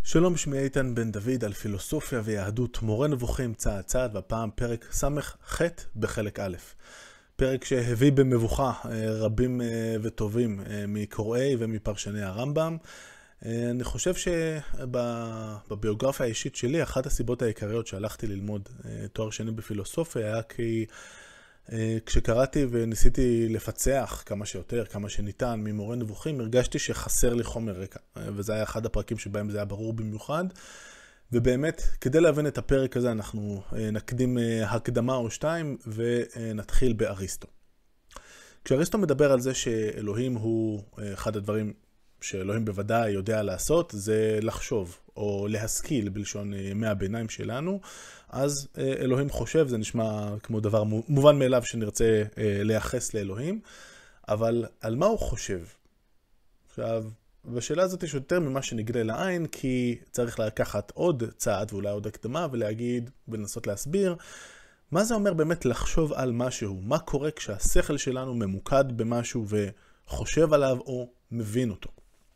שלום, שמי איתן בן דוד על פילוסופיה ויהדות, מורה נבוכים צעד צעד, והפעם פרק ס"ח בחלק א'. פרק שהביא במבוכה רבים וטובים מקוראי ומפרשני הרמב"ם. אני חושב שבביוגרפיה האישית שלי, אחת הסיבות העיקריות שהלכתי ללמוד תואר שני בפילוסופיה היה כי כשקראתי וניסיתי לפצח כמה שיותר, כמה שניתן ממורה נבוכים, הרגשתי שחסר לי חומר רקע. וזה היה אחד הפרקים שבהם זה היה ברור במיוחד. ובאמת, כדי להבין את הפרק הזה, אנחנו נקדים הקדמה או שתיים ונתחיל באריסטו. כשאריסטו מדבר על זה שאלוהים הוא אחד הדברים שאלוהים בוודאי יודע לעשות, זה לחשוב או להשכיל בלשון ימי הביניים שלנו. אז אלוהים חושב, זה נשמע כמו דבר מובן מאליו שנרצה לייחס לאלוהים, אבל על מה הוא חושב? עכשיו, בשאלה הזאת יש יותר ממה שנגלה לעין, כי צריך לקחת עוד צעד ואולי עוד הקדמה ולהגיד ולנסות להסביר מה זה אומר באמת לחשוב על משהו, מה קורה כשהשכל שלנו ממוקד במשהו וחושב עליו או מבין אותו.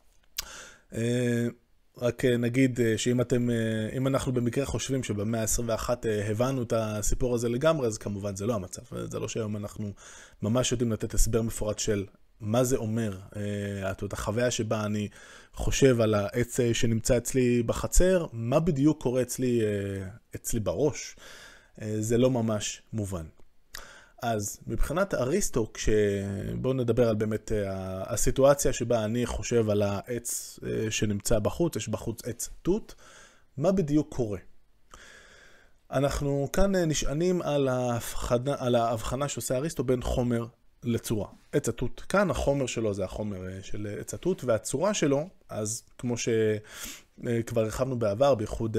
רק נגיד שאם אנחנו במקרה חושבים שבמאה ה-21 הבנו את הסיפור הזה לגמרי, אז כמובן זה לא המצב. זה לא שהיום אנחנו ממש יודעים לתת הסבר מפורט של מה זה אומר. את החוויה שבה אני חושב על העץ שנמצא אצלי בחצר, מה בדיוק קורה אצלי בראש, זה לא ממש מובן. אז מבחינת אריסטו, בואו נדבר על באמת הסיטואציה שבה אני חושב על העץ שנמצא בחוץ, יש בחוץ עץ תות, מה בדיוק קורה? אנחנו כאן נשענים על ההבחנה שעושה אריסטו בין חומר לצורה. עץ התות כאן, החומר שלו זה החומר של עץ התות, והצורה שלו, אז כמו שכבר הרחבנו בעבר, בייחוד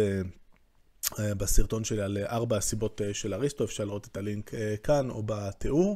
בסרטון שלי על 4 הסיבות של אריסטו, אפשר לראות את הלינק כאן או בתיאור.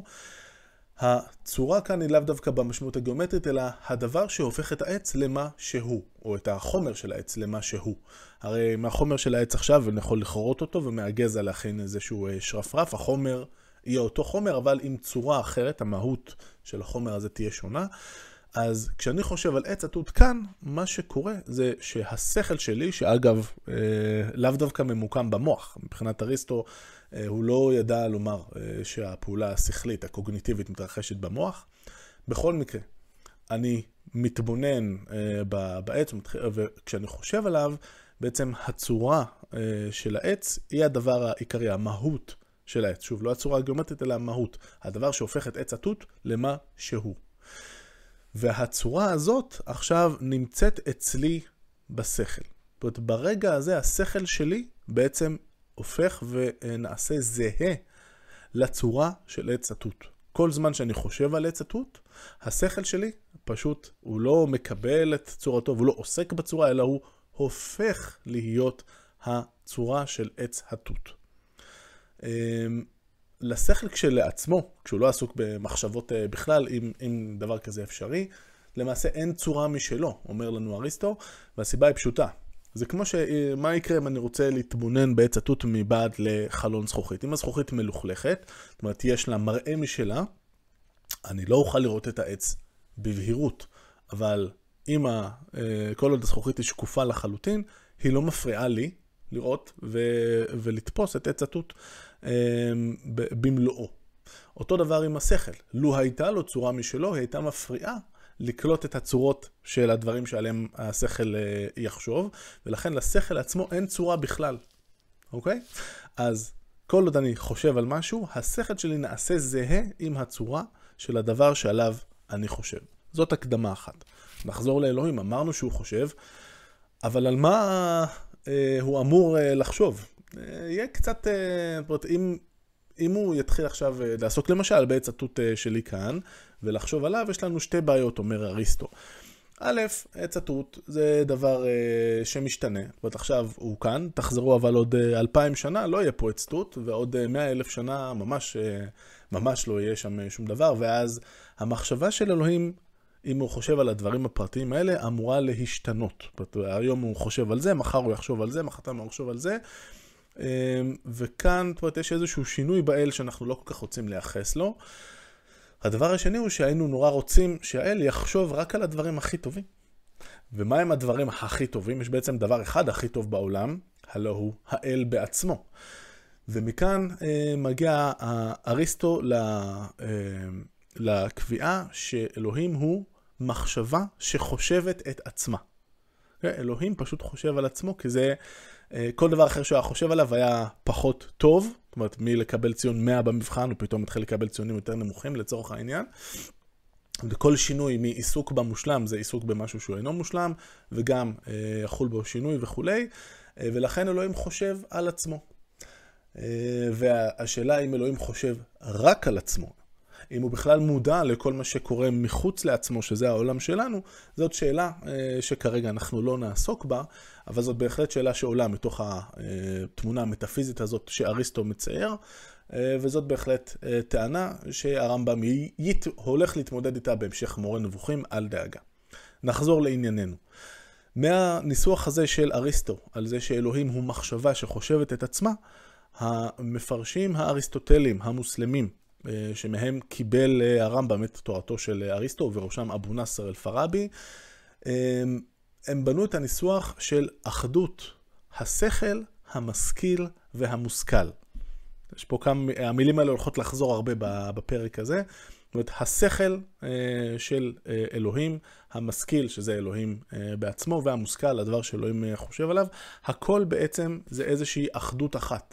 הצורה כאן היא לאו דווקא במשמעות הגיאומטרית, אלא הדבר שהופך את העץ למה שהוא, או את החומר של העץ למה שהוא. הרי מהחומר של העץ עכשיו אני יכול לכרות אותו ומהגזע להכין איזשהו שרפרף, החומר יהיה אותו חומר, אבל עם צורה אחרת, המהות של החומר הזה תהיה שונה. אז כשאני חושב על עץ התות כאן, מה שקורה זה שהשכל שלי, שאגב לאו דווקא ממוקם במוח, מבחינת אריסטו הוא לא ידע לומר שהפעולה השכלית, הקוגניטיבית מתרחשת במוח. בכל מקרה, אני מתבונן בעץ, וכשאני חושב עליו, בעצם הצורה של העץ היא הדבר העיקרי, המהות של העץ. שוב, לא הצורה הגיאומטרית אלא המהות, הדבר שהופך את עץ התות למה שהוא. והצורה הזאת עכשיו נמצאת אצלי בשכל. זאת אומרת, ברגע הזה השכל שלי בעצם הופך ונעשה זהה לצורה של עץ התות. כל זמן שאני חושב על עץ התות, השכל שלי פשוט הוא לא מקבל את צורתו, והוא לא עוסק בצורה, אלא הוא הופך להיות הצורה של עץ התות. לשכל כשלעצמו, כשהוא לא עסוק במחשבות בכלל, אם דבר כזה אפשרי, למעשה אין צורה משלו, אומר לנו אריסטו, והסיבה היא פשוטה. זה כמו מה יקרה אם אני רוצה להתבונן בעץ התות מבעד לחלון זכוכית. אם הזכוכית מלוכלכת, זאת אומרת יש לה מראה משלה, אני לא אוכל לראות את העץ בבהירות, אבל אם כל עוד הזכוכית היא שקופה לחלוטין, היא לא מפריעה לי לראות ולתפוס את עץ התות במלואו. אותו דבר עם השכל. לו הייתה לו צורה משלו, היא הייתה מפריעה לקלוט את הצורות של הדברים שעליהם השכל יחשוב, ולכן לשכל עצמו אין צורה בכלל. אוקיי? אז כל עוד אני חושב על משהו, השכל שלי נעשה זהה עם הצורה של הדבר שעליו אני חושב. זאת הקדמה אחת. נחזור לאלוהים, אמרנו שהוא חושב, אבל על מה הוא אמור לחשוב? יהיה קצת, אם הוא יתחיל עכשיו לעסוק למשל בעץ התות שלי כאן, ולחשוב עליו, יש לנו 2 בעיות, אומר אריסטו. א', עץ התות זה דבר שמשתנה. זאת אומרת, עכשיו הוא כאן, תחזרו אבל עוד 2000 שנה, לא יהיה פה עץ תות, ועוד 100,000 שנה ממש לא יהיה שם שום דבר, ואז המחשבה של אלוהים, אם הוא חושב על הדברים הפרטיים האלה, אמורה להשתנות. זאת אומרת, היום הוא חושב על זה, מחר הוא יחשוב על זה, מחרתיים הוא יחשוב על זה, וכאן יש איזשהו שינוי באל שאנחנו לא כל כך רוצים לייחס לו. הדבר השני הוא שהיינו נורא רוצים שהאל יחשוב רק על הדברים הכי טובים. ומה הם הדברים הכי טובים? יש בעצם דבר אחד הכי טוב בעולם, הלא הוא האל בעצמו. ומכאן מגיע אריסטו לקביעה שאלוהים הוא מחשבה שחושבת את עצמה. אלוהים פשוט חושב על עצמו, כי זה כל דבר אחר שהוא היה חושב עליו היה פחות טוב, זאת אומרת, מלקבל ציון 100 במבחן, הוא פתאום מתחיל לקבל ציונים יותר נמוכים לצורך העניין. וכל שינוי מעיסוק במושלם זה עיסוק במשהו שהוא אינו מושלם, וגם יחול בו שינוי וכולי, ולכן אלוהים חושב על עצמו. והשאלה אם אלוהים חושב רק על עצמו, אם הוא בכלל מודע לכל מה שקורה מחוץ לעצמו, שזה העולם שלנו, זאת שאלה שכרגע אנחנו לא נעסוק בה, אבל זאת בהחלט שאלה שעולה מתוך התמונה המטאפיזית הזאת שאריסטו מצייר, וזאת בהחלט טענה שהרמב"ם הולך להתמודד איתה בהמשך מורה נבוכים, על דאגה. נחזור לענייננו. מהניסוח הזה של אריסטו, על זה שאלוהים הוא מחשבה שחושבת את עצמה, המפרשים האריסטוטלים, המוסלמים, שמהם קיבל הרמב"ם את תורתו של אריסטו, ובראשם אבו נאסר אל-פראבי, הם בנו את הניסוח של אחדות השכל, המשכיל והמושכל. יש פה כמה, המילים האלה הולכות לחזור הרבה בפרק הזה. זאת אומרת, השכל של אלוהים, המשכיל, שזה אלוהים בעצמו, והמושכל, הדבר שאלוהים חושב עליו, הכל בעצם זה איזושהי אחדות אחת.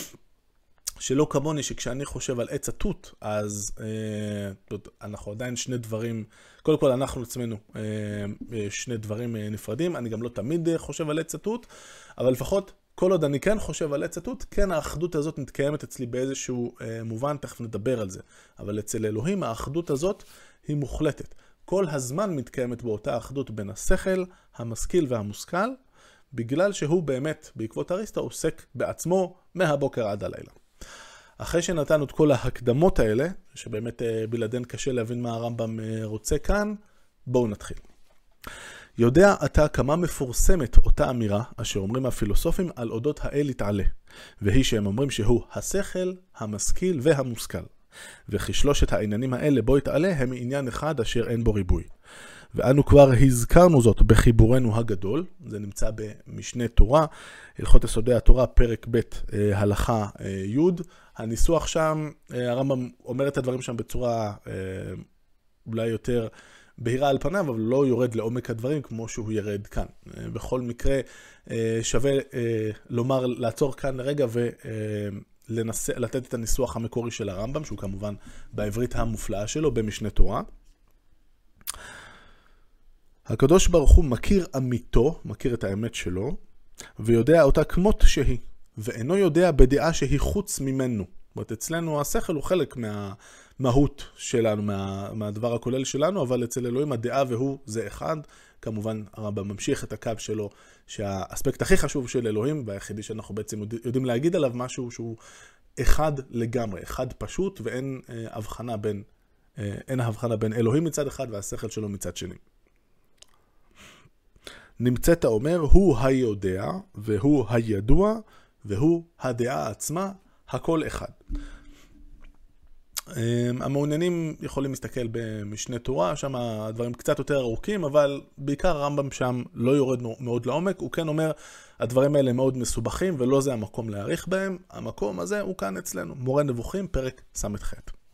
שלא כמוני שכשאני חושב על עץ התות, אז אנחנו עדיין שני דברים, קודם כל אנחנו עצמנו שני דברים נפרדים, אני גם לא תמיד חושב על עץ התות, אבל לפחות כל עוד אני כן חושב על עץ התות, כן האחדות הזאת מתקיימת אצלי באיזשהו מובן, תכף נדבר על זה. אבל אצל אלוהים האחדות הזאת היא מוחלטת. כל הזמן מתקיימת באותה אחדות בין השכל, המשכיל והמושכל, בגלל שהוא באמת, בעקבות אריסטו, עוסק בעצמו מהבוקר עד הלילה. אחרי שנתנו את כל ההקדמות האלה, שבאמת בלעדיהן קשה להבין מה הרמב"ם רוצה כאן, בואו נתחיל. יודע אתה כמה מפורסמת אותה אמירה אשר אומרים הפילוסופים על אודות האל יתעלה, והיא שהם אומרים שהוא השכל, המשכיל והמושכל, וכי שלושת העניינים האלה בו יתעלה הם עניין אחד אשר אין בו ריבוי. ואנו כבר הזכרנו זאת בחיבורנו הגדול, זה נמצא במשנה תורה, הלכות יסודי התורה, פרק ב' הלכה י'. הניסוח שם, הרמב"ם אומר את הדברים שם בצורה אולי יותר בהירה על פניו, אבל לא יורד לעומק הדברים כמו שהוא ירד כאן. בכל מקרה שווה לומר, לעצור כאן לרגע ולנסה לתת את הניסוח המקורי של הרמב"ם, שהוא כמובן בעברית המופלאה שלו במשנה תורה. הקדוש ברוך הוא מכיר אמיתו, מכיר את האמת שלו, ויודע אותה כמות שהיא, ואינו יודע בדעה שהיא חוץ ממנו. זאת אומרת, אצלנו השכל הוא חלק מהמהות שלנו, מהדבר הכולל שלנו, אבל אצל אלוהים הדעה והוא זה אחד. כמובן, הרמב"ם ממשיך את הקו שלו, שהאספקט הכי חשוב של אלוהים, והיחידי שאנחנו בעצם יודעים להגיד עליו משהו שהוא אחד לגמרי, אחד פשוט, ואין הבחנה בין אלוהים מצד אחד והשכל שלו מצד שני. נמצאת אומר, הוא היודע והוא הידוע והוא הדעה עצמה, הכל אחד. המעוניינים יכולים להסתכל במשנה תורה, שם הדברים קצת יותר ארוכים, אבל בעיקר הרמב"ם שם לא יורד מאוד לעומק, הוא כן אומר, הדברים האלה מאוד מסובכים ולא זה המקום להעריך בהם, המקום הזה הוא כאן אצלנו, מורה נבוכים, פרק ס"ח.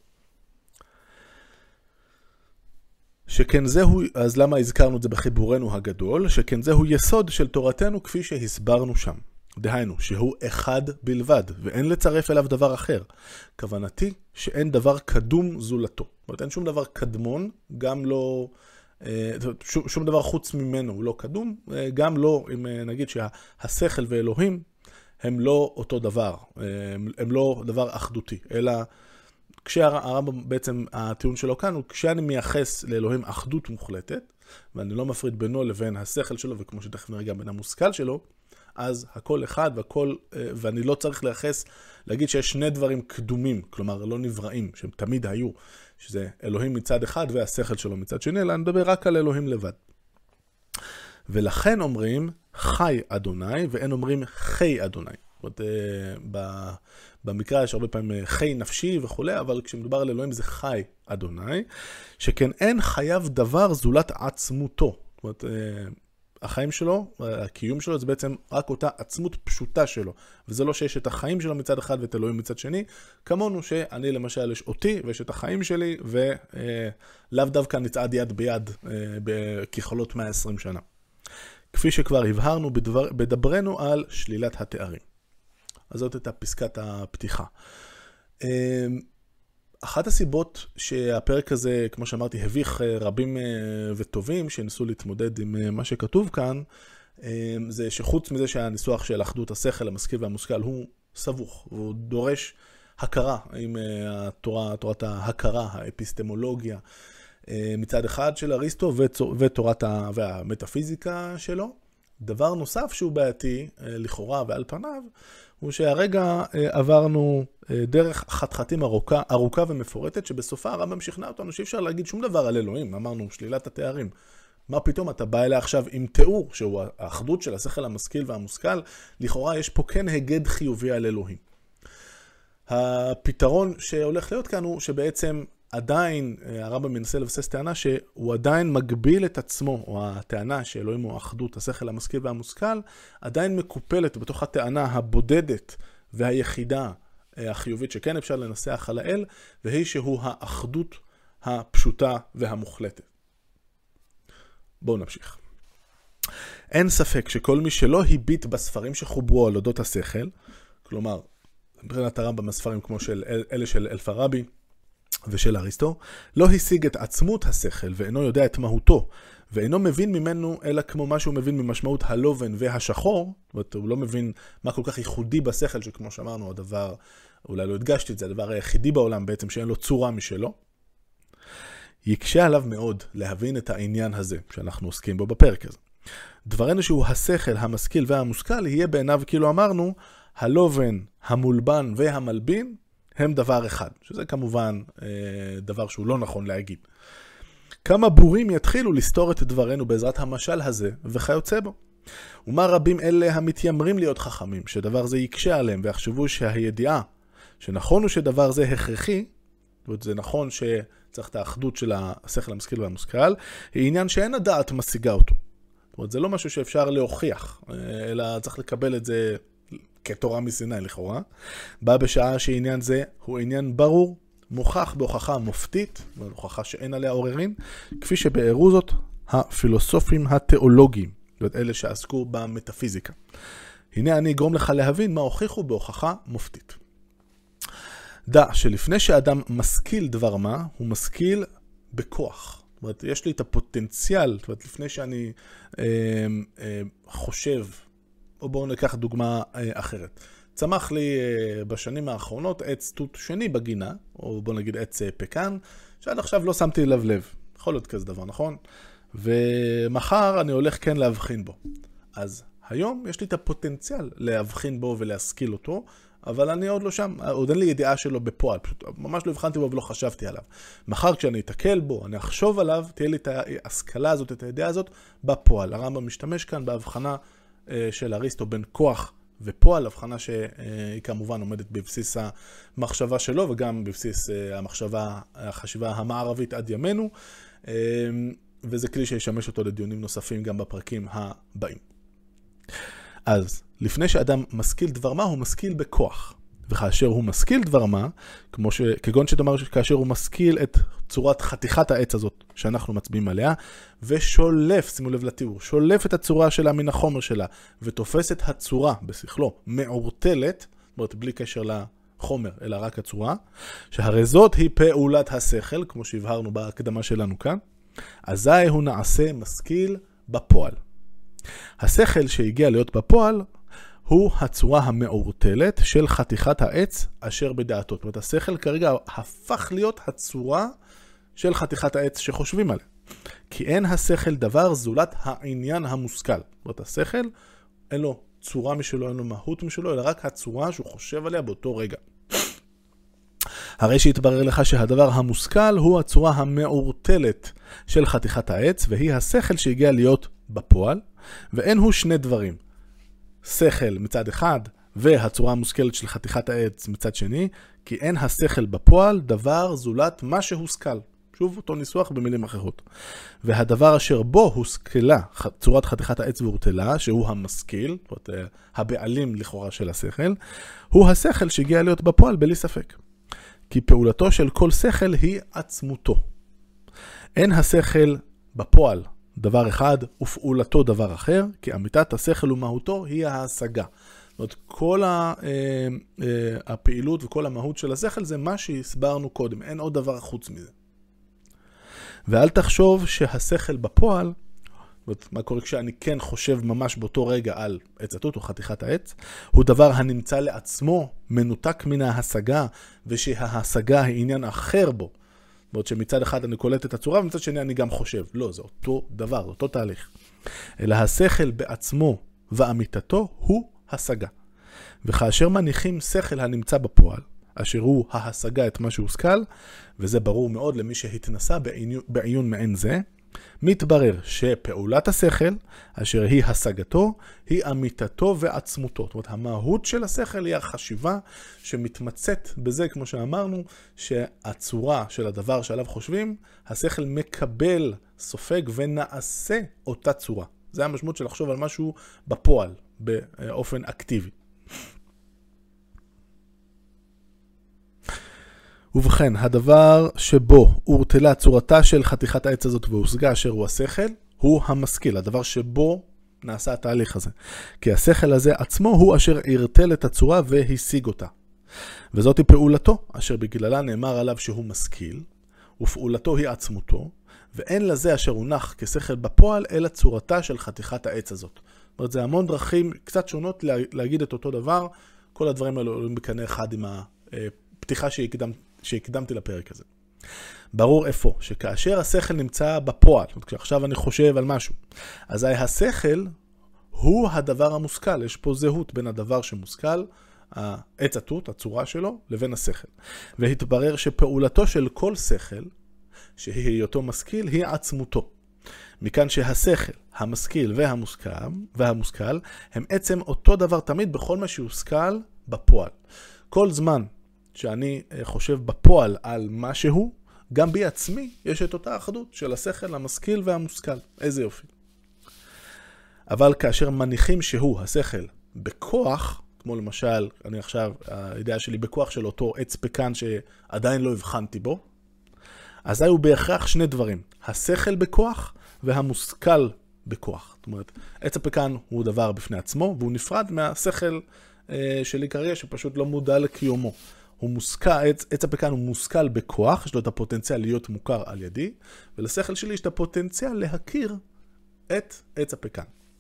שכן זהו, אז למה הזכרנו את זה בחיבורנו הגדול? שכן זהו יסוד של תורתנו כפי שהסברנו שם. דהיינו, שהוא אחד בלבד, ואין לצרף אליו דבר אחר. כוונתי שאין דבר קדום זולתו. זאת אומרת, אין שום דבר קדמון, גם לא, שום דבר חוץ ממנו הוא לא קדום, גם לא, אם נגיד שהשכל ואלוהים הם לא אותו דבר, הם לא דבר אחדותי, אלא כשהרמב"ם בעצם הטיעון שלו כאן הוא כשאני מייחס לאלוהים אחדות מוחלטת, ואני לא מפריד בינו לבין השכל שלו, וכמו שתכף נראה גם בין המושכל שלו, אז הכל אחד ואני לא צריך להגיד שיש שני דברים קדומים, כלומר לא נבראים, שהם תמיד היו, שזה אלוהים מצד אחד והשכל שלו מצד שני, אלא נדבר רק על אלוהים לבד. ולכן אומרים חי אדוני, ואין אומרים חי אדוני. זאת אומרת, במקרא יש הרבה פעמים חי נפשי וכו', אבל כשמדובר על אלוהים זה חי אדוני, שכן אין חייב דבר זולת עצמותו. זאת אומרת, החיים שלו, הקיום שלו, זה בעצם רק אותה עצמות פשוטה שלו. וזה לא שיש את החיים שלו מצד אחד ואת אלוהים מצד שני, כמונו שאני למשל יש אותי ויש את החיים שלי, ולאו דווקא נצעד יד ביד בכחולות 120 שנה. כפי שכבר הבהרנו בדברנו על שלילת התארים. אז זאת הייתה פסקת הפתיחה. אחת הסיבות שהפרק הזה, כמו שאמרתי, הביך רבים וטובים שניסו להתמודד עם מה שכתוב כאן, זה שחוץ מזה שהניסוח של אחדות השכל, המשכיל והמושכל הוא סבוך, והוא דורש הכרה עם תורת ההכרה, האפיסטמולוגיה, מצד אחד של אריסטו ותורת והמטאפיזיקה שלו. דבר נוסף שהוא בעייתי לכאורה ועל פניו, הוא שהרגע עברנו דרך חתחתים ארוכה ומפורטת, שבסופה הרמב"ם שכנע אותנו שאי אפשר להגיד שום דבר על אלוהים. אמרנו שלילת התארים. מה פתאום אתה בא אליה עכשיו עם תיאור, שהוא האחדות של השכל המשכיל והמושכל, לכאורה יש פה כן הגד חיובי על אלוהים. הפתרון שהולך להיות כאן הוא שבעצם עדיין הרמב"ם מנסה לבסס טענה שהוא עדיין מגביל את עצמו, או הטענה שאלוהים הוא האחדות, השכל המשכיל והמושכל, עדיין מקופלת בתוך הטענה הבודדת והיחידה החיובית שכן אפשר לנסח על האל, והיא שהוא האחדות הפשוטה והמוחלטת. בואו נמשיך. אין ספק שכל מי שלא הביט בספרים שחוברו על אודות השכל, כלומר, מבחינת הרמב"ם הספרים כמו אלה של אלפרבי ושל אריסטו, לא השיג את עצמות השכל ואינו יודע את מהותו, ואינו מבין ממנו אלא כמו מה שהוא מבין ממשמעות הלובן והשחור, זאת אומרת, הוא לא מבין מה כל כך ייחודי בשכל, שכמו שאמרנו, הדבר, אולי לא הדגשתי את זה, הדבר היחידי בעולם בעצם שאין לו צורה משלו, יקשה עליו מאוד להבין את העניין הזה שאנחנו עוסקים בו בפרק הזה. דברנו שהוא השכל, המשכיל והמושכל, יהיה בעיניו, כאילו אמרנו, הלובן, המולבן והמלבין הם דבר אחד, שזה כמובן דבר שהוא לא נכון להגיד. כמה בורים יתחילו לסתור את דברנו בעזרת המשל הזה וכיוצא בו. ומה רבים אלה המתיימרים להיות חכמים, שדבר זה יקשה עליהם ויחשבו שהידיעה שנכון הוא שדבר זה הכרחי, זה נכון שצריך את האחדות של השכל המשכיל והמושכל, היא עניין שאין הדעת משיגה אותו. זאת אומרת, זה לא משהו שאפשר להוכיח, אלא צריך לקבל את זה כתורה מסיני לכאורה. בא בשעה שעניין זה הוא עניין ברור, מוכח בהוכחה מופתית, הוכחה שאין עליה עוררין, כפי שבארו זאת הפילוסופים התיאולוגיים, זאת אומרת, אלה שעסקו במטאפיזיקה. הנה אני אגרום לך להבין מה הוכיחו בהוכחה מופתית. דע שלפני שאדם משכיל דבר מה, הוא משכיל בכוח. זאת אומרת, יש לי את הפוטנציאל, זאת אומרת, לפני שאני חושב, או בואו ניקח דוגמה אחרת. צמח לי בשנים האחרונות עץ תות שני בגינה, או בואו נגיד עץ פקן, שעד עכשיו לא שמתי אליו לב. יכול להיות כזה דבר, נכון? ומחר אני הולך כן להבחין בו. אז היום יש לי את הפוטנציאל להבחין בו ולהשכיל אותו, אבל אני עוד לא שם, עוד אין לי ידיעה שלו בפועל, פשוט ממש לא הבחנתי בו ולא חשבתי עליו. מחר כשאני אתקל בו, אני אחשוב עליו, תהיה לי את ההשכלה הזאת, את הידיעה הזאת, בפועל. הרמב"ם משתמש כאן בהבחנה של אריסטו בין כוח ופועל, הבחנה שהיא כמובן עומדת בבסיס המחשבה שלו, וגם בבסיס החשיבה המערבית עד ימינו, וזה כלי שישמש אותו לדיונים נוספים גם בפרקים הבאים. אז לפני שאדם משכיל דבר מה, הוא משכיל בכוח. וכאשר הוא משכיל דבר מה, כגון שתאמר כאשר הוא משכיל את צורת חתיכת העץ הזאת שאנחנו מצביעים עליה, ושולף, שימו לב לתיאור, שולף את הצורה שלה מן החומר שלה, ותופס את הצורה בשכלו מעורטלת, זאת אומרת בלי קשר לחומר, אלא רק הצורה, שהרי זאת היא פעולת השכל, כמו שהבהרנו בהקדמה שלנו כאן, אזי הוא נעשה משכיל בפועל. השכל שהגיע להיות בפועל, הוא הצורה המעורטלת של חתיכת העץ אשר בדעתו. זאת אומרת, השכל כרגע הפך להיות הצורה של חתיכת העץ שחושבים עליה. כי אין השכל דבר זולת העניין המושכל. זאת אומרת, השכל אין לו צורה משלו, אין לו מהות משלו, אלא רק הצורה שהוא חושב עליה באותו רגע. הרי שהתברר לך שהדבר המושכל הוא הצורה המעורטלת של חתיכת העץ, והיא השכל שהגיע להיות בפועל, ואין הוא שני דברים. שכל מצד אחד, והצורה המושכלת של חתיכת העץ מצד שני, כי אין השכל בפועל דבר זולת מה שהושכל. שוב אותו ניסוח במילים אחרות. והדבר אשר בו הושכלה צורת חתיכת העץ והורטלה, שהוא המשכיל, זאת אומרת, הבעלים לכאורה של השכל, הוא השכל שהגיע להיות בפועל בלי ספק. כי פעולתו של כל שכל היא עצמותו. אין השכל בפועל דבר אחד ופעולתו דבר אחר, כי אמיתת השכל ומהותו היא ההשגה. זאת אומרת, כל הפעילות וכל המהות של השכל זה מה שהסברנו קודם, אין עוד דבר חוץ מזה. ואל תחשוב שהשכל בפועל, מה קורה כשאני כן חושב ממש באותו רגע על עץ התות או חתיכת העץ, הוא דבר הנמצא לעצמו, מנותק מן ההשגה, ושההשגה היא עניין אחר בו. זאת שמצד אחד אני קולט את הצורה, ומצד שני אני גם חושב. לא, זה אותו דבר, זה אותו תהליך. אלא השכל בעצמו ואמיתתו הוא השגה. וכאשר מניחים שכל הנמצא בפועל, אשר הוא ההשגה את מה שהושכל, וזה ברור מאוד למי שהתנסה בעיון מעין זה, מתברר שפעולת השכל, אשר היא השגתו, היא אמיתתו ועצמותו. זאת אומרת, המהות של השכל היא החשיבה שמתמצאת בזה, כמו שאמרנו, שהצורה של הדבר שעליו חושבים, השכל מקבל, סופג ונעשה אותה צורה. זה המשמעות של לחשוב על משהו בפועל, באופן אקטיבי. ובכן, הדבר שבו הורטלה צורתה של חתיכת העץ הזאת והושגה אשר הוא השכל, הוא המשכיל, הדבר שבו נעשה התהליך הזה. כי השכל הזה עצמו הוא אשר הרטל את הצורה והשיג אותה. וזאת היא פעולתו, אשר בגללה נאמר עליו שהוא משכיל, ופעולתו היא עצמותו, ואין לזה אשר הונח כשכל בפועל, אלא צורתה של חתיכת העץ הזאת. זאת אומרת, זה המון דרכים קצת שונות להגיד את אותו דבר, כל הדברים האלה עולים בקנה אחד עם הפתיחה שהקדמתי לפרק הזה. ברור איפה, שכאשר השכל נמצא בפועל, זאת אומרת, כשעכשיו אני חושב על משהו, אז השכל הוא הדבר המושכל, יש פה זהות בין הדבר שמושכל, העץ התות, הצורה שלו, לבין השכל. והתברר שפעולתו של כל שכל, שהיא היותו משכיל, היא עצמותו. מכאן שהשכל, המשכיל והמושכל, הם עצם אותו דבר תמיד בכל מה שהושכל בפועל. כל זמן שאני חושב בפועל על משהו, גם בי עצמי יש את אותה אחדות של השכל, המשכיל והמושכל. איזה יופי. אבל כאשר מניחים שהוא, השכל, בכוח, כמו למשל, אני עכשיו, הידיעה שלי בכוח של אותו עץ פקן שעדיין לא הבחנתי בו, אז היו בהכרח שני דברים, השכל בכוח והמושכל בכוח. זאת אומרת, עץ הפקן הוא דבר בפני עצמו, והוא נפרד מהשכל שלי כרגע שפשוט לא מודע לקיומו. עץ הפקן הוא מושכל בכוח, יש לו את הפוטנציאל להיות מוכר על ידי, ולשכל שלי יש את הפוטנציאל להכיר את עץ הפקן.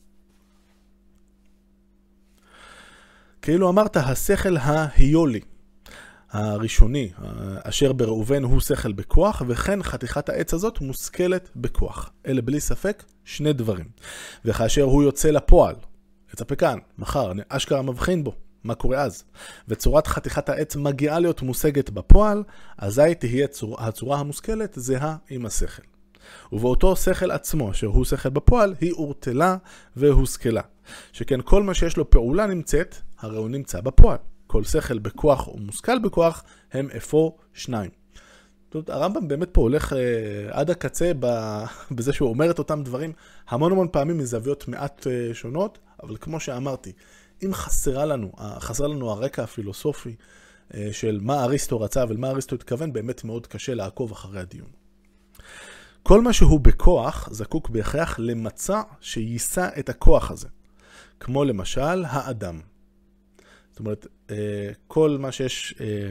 כאילו אמרת, השכל ההיולי, הראשוני, אשר בראובן הוא שכל בכוח, וכן חתיכת העץ הזאת מושכלת בכוח. אלה בלי ספק שני דברים. וכאשר הוא יוצא לפועל, עץ הפקן, מחר, אני אשכרה מבחין בו, מה קורה אז? וצורת חתיכת העץ מגיעה להיות מושגת בפועל, אזי תהיה הצורה המושכלת זהה עם השכל. ובאותו שכל עצמו, אשר הוא שכל בפועל, היא הורטלה והושכלה. שכן כל מה שיש לו פעולה נמצאת, הרי הוא נמצא בפועל. כל שכל בכוח ומושכל בכוח הם אפוא שניים. הרמב"ם באמת פה הולך עד הקצה בזה שהוא אומר את אותם דברים המון פעמים מזוויות מעט שונות, אבל כמו שאמרתי, אם חסר לנו הרקע הפילוסופי של מה אריסטו רצה ומה אריסטו התכוון, באמת מאוד קשה לעקוב אחרי הדיון. כל מה שהוא בכוח זקוק בהכרח למצע שיישא את הכוח הזה, כמו למשל האדם. זאת אומרת, כל מה שיש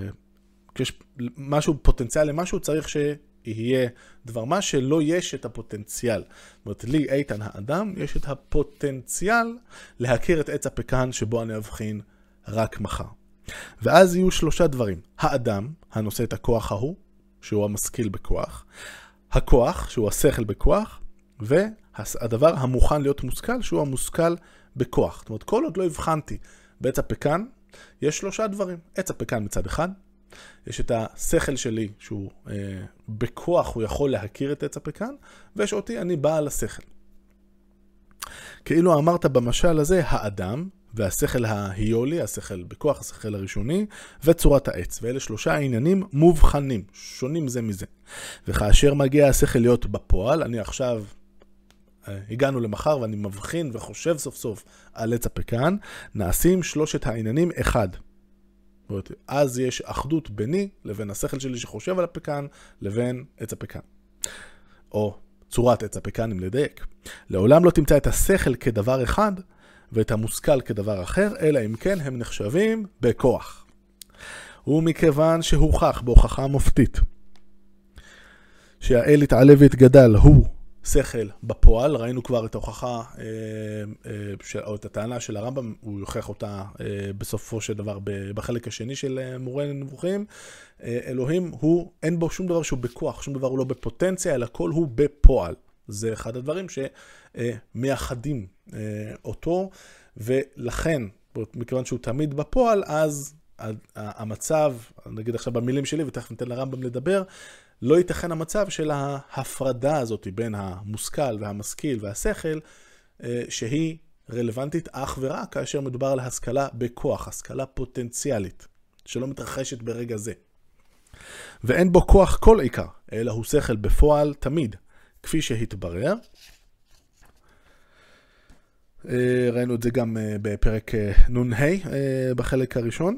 משהו פוטנציאל למשהו, צריך שיהיה דבר מה שלא יש את הפוטנציאל. זאת אומרת, לי, איתן האדם, יש את הפוטנציאל להכיר את עץ הפקן שבו אני אבחין רק מחר. ואז יהיו שלושה דברים. האדם, הנושא את הכוח ההוא, שהוא המשכיל בכוח. הכוח, שהוא השכל בכוח. והדבר המוכן להיות מושכל, שהוא המושכל בכוח. זאת אומרת, כל עוד לא הבחנתי בעץ הפקן, יש שלושה דברים. עץ הפקן מצד אחד, יש את השכל שלי שהוא בכוח, הוא יכול להכיר את עץ הפקן, ויש אותי, אני בעל השכל. כאילו אמרת במשל הזה, האדם, והשכל ההיולי, השכל בכוח, השכל הראשוני, וצורת העץ. ואלה 3 עניינים מובחנים, שונים זה מזה. וכאשר מגיע השכל להיות בפועל, אני עכשיו הגענו למחר ואני מבחין וחושב סוף סוף על עץ הפקן, נעשים 3 העניינים אחד. אז יש אחדות ביני לבין השכל שלי שחושב על הפקן לבין עץ הפקן. או צורת עץ הפקן אם לדייק. לעולם לא תמצא את השכל כדבר אחד ואת המושכל כדבר אחר, אלא אם כן הם נחשבים בכוח. ומכיוון שהוכח בהוכחה מופתית שהאל התעלה והתגדל הוא שכל בפועל, ראינו כבר את ההוכחה, או את הטענה של הרמב"ם, הוא יוכיח אותה בסופו של דבר בחלק השני של מורה נבוכים. אלוהים הוא, אין בו שום דבר שהוא בכוח, שום דבר הוא לא בפוטנציה, אלא כל הוא בפועל. זה אחד הדברים שמייחדים אותו, ולכן, מכיוון שהוא תמיד בפועל, אז המצב, נגיד עכשיו במילים שלי, ותכף ניתן לרמב"ם לדבר, לא ייתכן המצב של ההפרדה הזאת בין המושכל והמשכיל והשכל, שהיא רלוונטית אך ורק כאשר מדובר על השכלה בכוח, השכלה פוטנציאלית, שלא מתרחשת ברגע זה. ואין בו כוח כל עיקר, אלא הוא שכל בפועל תמיד, כפי שהתברר. ראינו את זה גם בפרק נ"ה בחלק הראשון.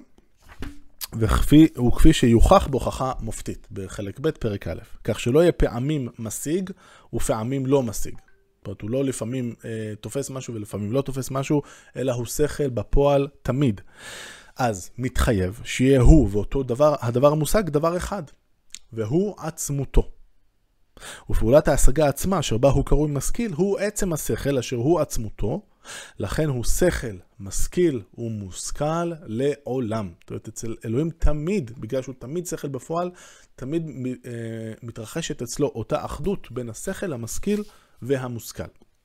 וכפי שיוכח בהוכחה מופתית בחלק ב' פרק א', כך שלא יהיה פעמים משיג ופעמים לא משיג. זאת אומרת, הוא לא לפעמים תופס משהו ולפעמים לא תופס משהו, אלא הוא שכל בפועל תמיד. אז מתחייב שיהיה הוא ואותו דבר, הדבר המושג דבר אחד, והוא עצמותו. ופעולת ההשגה עצמה, אשר בה הוא קרוי משכיל, הוא עצם השכל אשר הוא עצמותו, לכן הוא שכל, משכיל ומושכל לעולם. זאת אומרת, אצל אלוהים תמיד, בגלל שהוא תמיד שכל בפועל, תמיד מתרחשת אצלו אותה אחדות בין השכל, המשכיל והמושכל.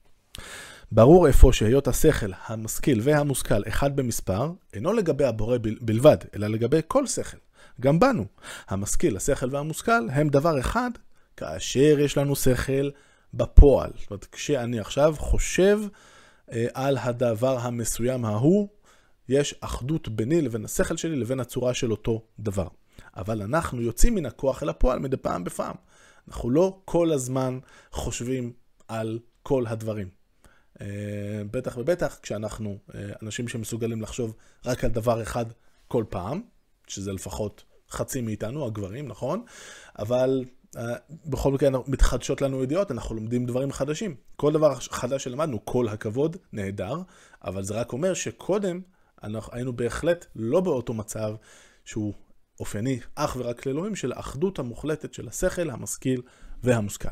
ברור אפוא שהיות השכל, המשכיל והמושכל אחד במספר, אינו לגבי הבורא בלבד, אלא לגבי כל שכל. גם בנו, המשכיל, השכל והמושכל הם דבר אחד, כאשר יש לנו שכל בפועל. זאת אומרת, כשאני עכשיו חושב על הדבר המסוים ההוא, יש אחדות ביני לבין השכל שלי לבין הצורה של אותו דבר. אבל אנחנו יוצאים מן הכוח אל הפועל מדי פעם בפעם. אנחנו לא כל הזמן חושבים על כל הדברים. בטח ובטח כשאנחנו אנשים שמסוגלים לחשוב רק על דבר אחד כל פעם, שזה לפחות חצי מאיתנו, הגברים, נכון? אבל בכל מקרה מתחדשות לנו ידיעות, אנחנו לומדים דברים חדשים. כל דבר חדש שלמדנו, כל הכבוד, נהדר, אבל זה רק אומר שקודם היינו בהחלט לא באותו מצב שהוא אופייני אך ורק לאלוהים של האחדות המוחלטת של השכל, המשכיל והמושכל.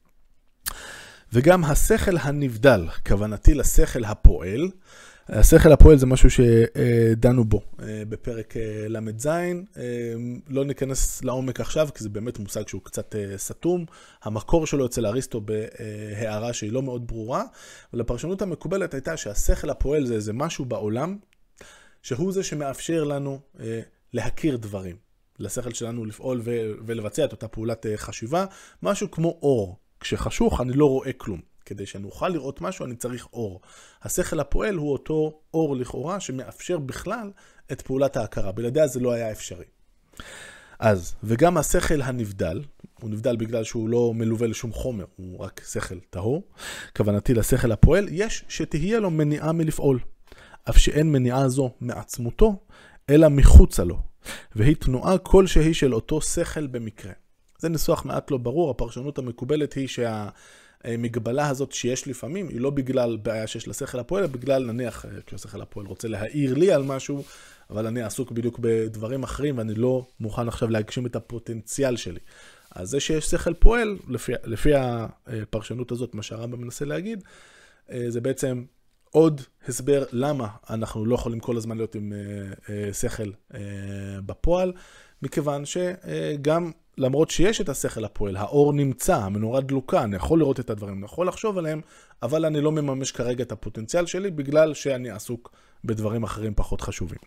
וגם השכל הנבדל, כוונתי לשכל הפועל. השכל הפועל זה משהו שדנו בו בפרק למד זין. לא ניכנס לעומק עכשיו, כי זה באמת מושג שהוא קצת סתום. המקור שלו אצל אריסטו בהערה שהיא לא מאוד ברורה. ולפרשנות המקובלת הייתה שהשכל הפועל זה איזה משהו בעולם, שהוא זה שמאפשר לנו להכיר דברים. לשכל שלנו לפעול ולבצע את אותה פעולת חשיבה, משהו כמו אור. כשחשוך אני לא רואה כלום. כדי שאני אוכל לראות משהו אני צריך אור. השכל הפועל הוא אותו אור לכאורה שמאפשר בכלל את פעולת ההכרה. בלעדיה זה לא היה אפשרי. אז, וגם השכל הנבדל, הוא נבדל בגלל שהוא לא מלווה לשום חומר, הוא רק שכל טהור. כוונתי לשכל הפועל, יש שתהיה לו מניעה מלפעול. אף שאין מניעה זו מעצמותו, אלא מחוצה לו. והיא תנועה כלשהי של אותו שכל במקרה. זה ניסוח מעט לא ברור, הפרשנות המקובלת היא שהמגבלה הזאת שיש לפעמים, היא לא בגלל בעיה שיש לשכל הפועל, אלא בגלל נניח, כשהשכל הפועל רוצה להעיר לי על משהו, אבל אני עסוק בדיוק בדברים אחרים, ואני לא מוכן עכשיו להגשים את הפוטנציאל שלי. אז זה שיש שכל פועל, לפי הפרשנות הזאת, מה שהרמב"ם מנסה להגיד, זה בעצם עוד הסבר למה אנחנו לא יכולים כל הזמן להיות עם שכל בפועל, מכיוון שגם למרות שיש את השכל הפועל, האור נמצא, המנורה דלוקה, אני יכול לראות את הדברים, אני יכול לחשוב עליהם, אבל אני לא מממש כרגע את הפוטנציאל שלי, בגלל שאני עסוק בדברים אחרים פחות חשובים.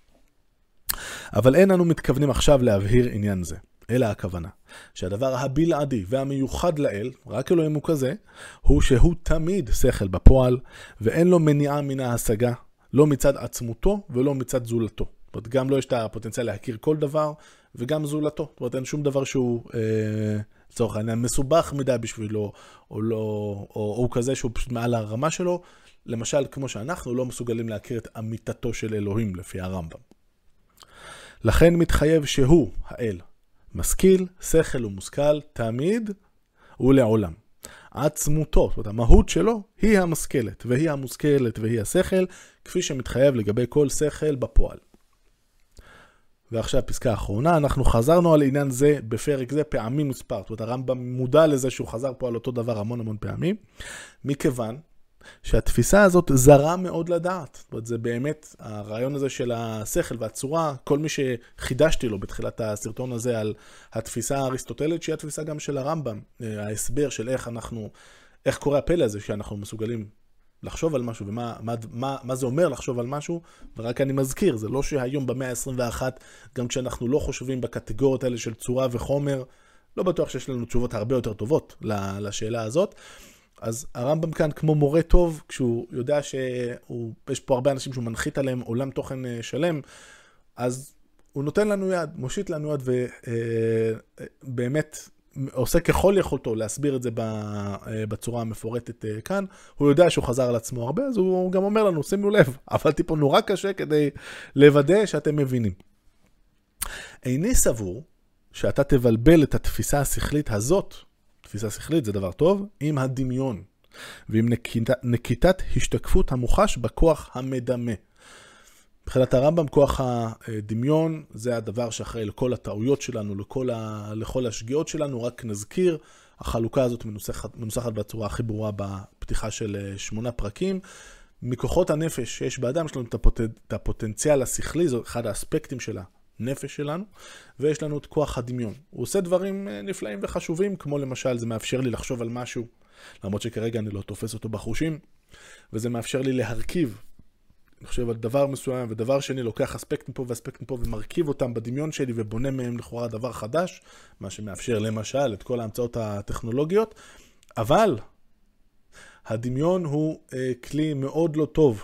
אבל אין אנו מתכוונים עכשיו להבהיר עניין זה, אלא הכוונה, שהדבר הבלעדי והמיוחד לאל, רק אלוהים הוא כזה, הוא שהוא תמיד שכל בפועל, ואין לו מניעה מן ההשגה, לא מצד עצמותו ולא מצד זולתו. זאת אומרת, גם לא יש את הפוטנציאל להכיר כל דבר, וגם זולתו. זאת אומרת, אין שום דבר שהוא, לצורך העניין, מסובך מדי בשבילו, או הוא כזה שהוא פשוט מעל הרמה שלו. למשל, כמו שאנחנו לא מסוגלים להכיר את אמיתתו של אלוהים לפי הרמב"ם. לכן מתחייב שהוא, האל, משכיל, שכל ומושכל, תמיד ולעולם. עצמותו, זאת אומרת, המהות שלו, היא המשכלת, והיא המושכלת, והיא השכל, כפי שמתחייב לגבי כל שכל בפועל. ועכשיו פסקה האחרונה, אנחנו חזרנו על עניין זה בפרק זה פעמים מספר. זאת אומרת, הרמב"ם מודע לזה שהוא חזר פה על אותו דבר המון פעמים, מכיוון שהתפיסה הזאת זרה מאוד לדעת. זאת אומרת, זה באמת הרעיון הזה של השכל והצורה, כל מי שחידשתי לו בתחילת הסרטון הזה על התפיסה האריסטוטלית, שהיא התפיסה גם של הרמב"ם, ההסבר של איך קורה הפלא הזה שאנחנו מסוגלים לחשוב על משהו, ומה זה אומר לחשוב על משהו, ורק אני מזכיר, זה לא שהיום במאה ה-21, גם כשאנחנו לא חושבים בקטגוריות האלה של צורה וחומר, לא בטוח שיש לנו תשובות הרבה יותר טובות לשאלה הזאת. אז הרמב"ם כאן כמו מורה טוב, כשהוא יודע שיש פה הרבה אנשים שהוא מנחית עליהם עולם תוכן שלם, אז הוא נותן לנו יד, מושיט לנו יד, ובאמת עושה ככל יכולתו להסביר את זה בצורה המפורטת כאן. הוא יודע שהוא חזר על עצמו הרבה, אז הוא גם אומר לנו, שימו לב, עבדתי פה נורא קשה כדי לוודא שאתם מבינים. איני סבור שאתה תבלבל את התפיסה השכלית הזאת, תפיסה שכלית זה דבר טוב, עם הדמיון, ועם נקיטת השתקפות המוחש בכוח המדמה. מבחינת הרמב"ם, כוח הדמיון זה הדבר שאחראי לכל הטעויות שלנו, לכל השגיאות שלנו. רק נזכיר, החלוקה הזאת מנוסחת בצורה הכי ברורה בפתיחה של 8 פרקים. מכוחות הנפש שיש באדם, יש לנו את הפוטנציאל השכלי, זה אחד האספקטים של הנפש שלנו, ויש לנו את כוח הדמיון. הוא עושה דברים נפלאים וחשובים, כמו למשל זה מאפשר לי לחשוב על משהו, למרות שכרגע אני לא תופס אותו בחושים, וזה מאפשר לי להרכיב, אני חושב על דבר מסוים, ודבר שני לוקח אספקטים פה ואספקטים פה, ומרכיב אותם בדמיון שלי, ובונה מהם לכאורה דבר חדש, מה שמאפשר למשל את כל ההמצאות הטכנולוגיות, אבל הדמיון הוא כלי מאוד לא טוב,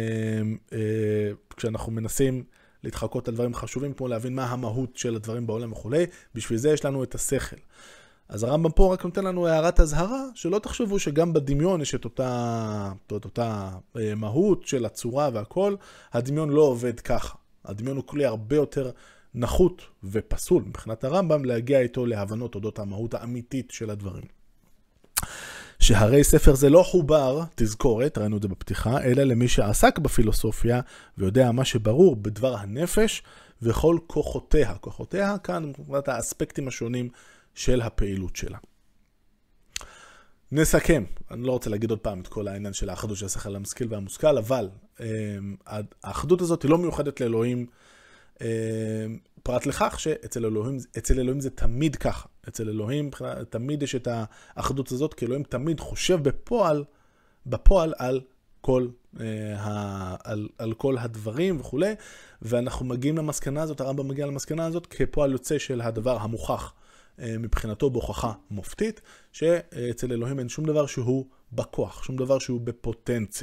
כשאנחנו מנסים להתחקות על דברים חשובים, כמו להבין מה המהות של הדברים בעולם וכו'. בשביל זה יש לנו את השכל. אז הרמב"ם פה רק נותן לנו הערת הזהרה, שלא תחשבו שגם בדמיון יש את אותה מהות של הצורה והכל. הדמיון לא עובד ככה. הדמיון הוא כלי הרבה יותר נחות ופסול מבחינת הרמב"ם, להגיע איתו להבנות אודות המהות האמיתית של הדברים. שהרי ספר זה לא חובר, תזכורת, ראינו את זה בפתיחה, אלא למי שעסק בפילוסופיה ויודע מה שברור בדבר הנפש וכל כוחותיה. כוחותיה כאן מבחינת האספקטים השונים של הפעילות שלה. נסכם, אני לא רוצה להגיד עוד פעם את כל העניין של האחדות של השכל המשכיל והמושכל, אבל האחדות הזאת היא לא מיוחדת לאלוהים, פרט לכך שאצל אלוהים זה תמיד ככה. אצל אלוהים תמיד יש את האחדות הזאת, כי אלוהים תמיד חושב בפועל על כל הדברים וכו'. ואנחנו מגיעים למסקנה הזאת, הרמב"ם מגיע למסקנה הזאת כפועל יוצא של הדבר המוכח מבחינתו בהוכחה מופתית, שאצל אלוהים אין שום דבר שהוא בכוח, שום דבר שהוא בפוטנציה.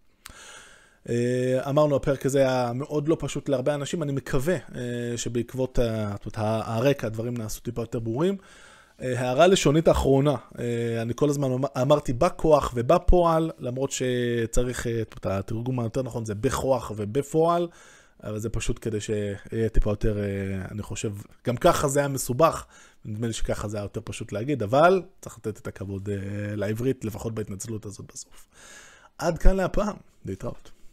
אמרנו, הפרק הזה היה מאוד לא פשוט להרבה אנשים, אני מקווה שבעקבות הרקע הדברים נעשו טיפה יותר ברורים. הערה לשונית האחרונה, אני כל הזמן אמרתי בכוח ובפועל, למרות שצריך, התרגום היותר נכון זה בכוח ובפועל, אבל זה פשוט כדי שיהיה טיפה יותר, אני חושב, גם ככה זה היה מסובך, נדמה לי שככה זה היה יותר פשוט להגיד, אבל צריך לתת את הכבוד לעברית, לפחות בהתנצלות הזאת בסוף. עד כאן להפעם, להתראות.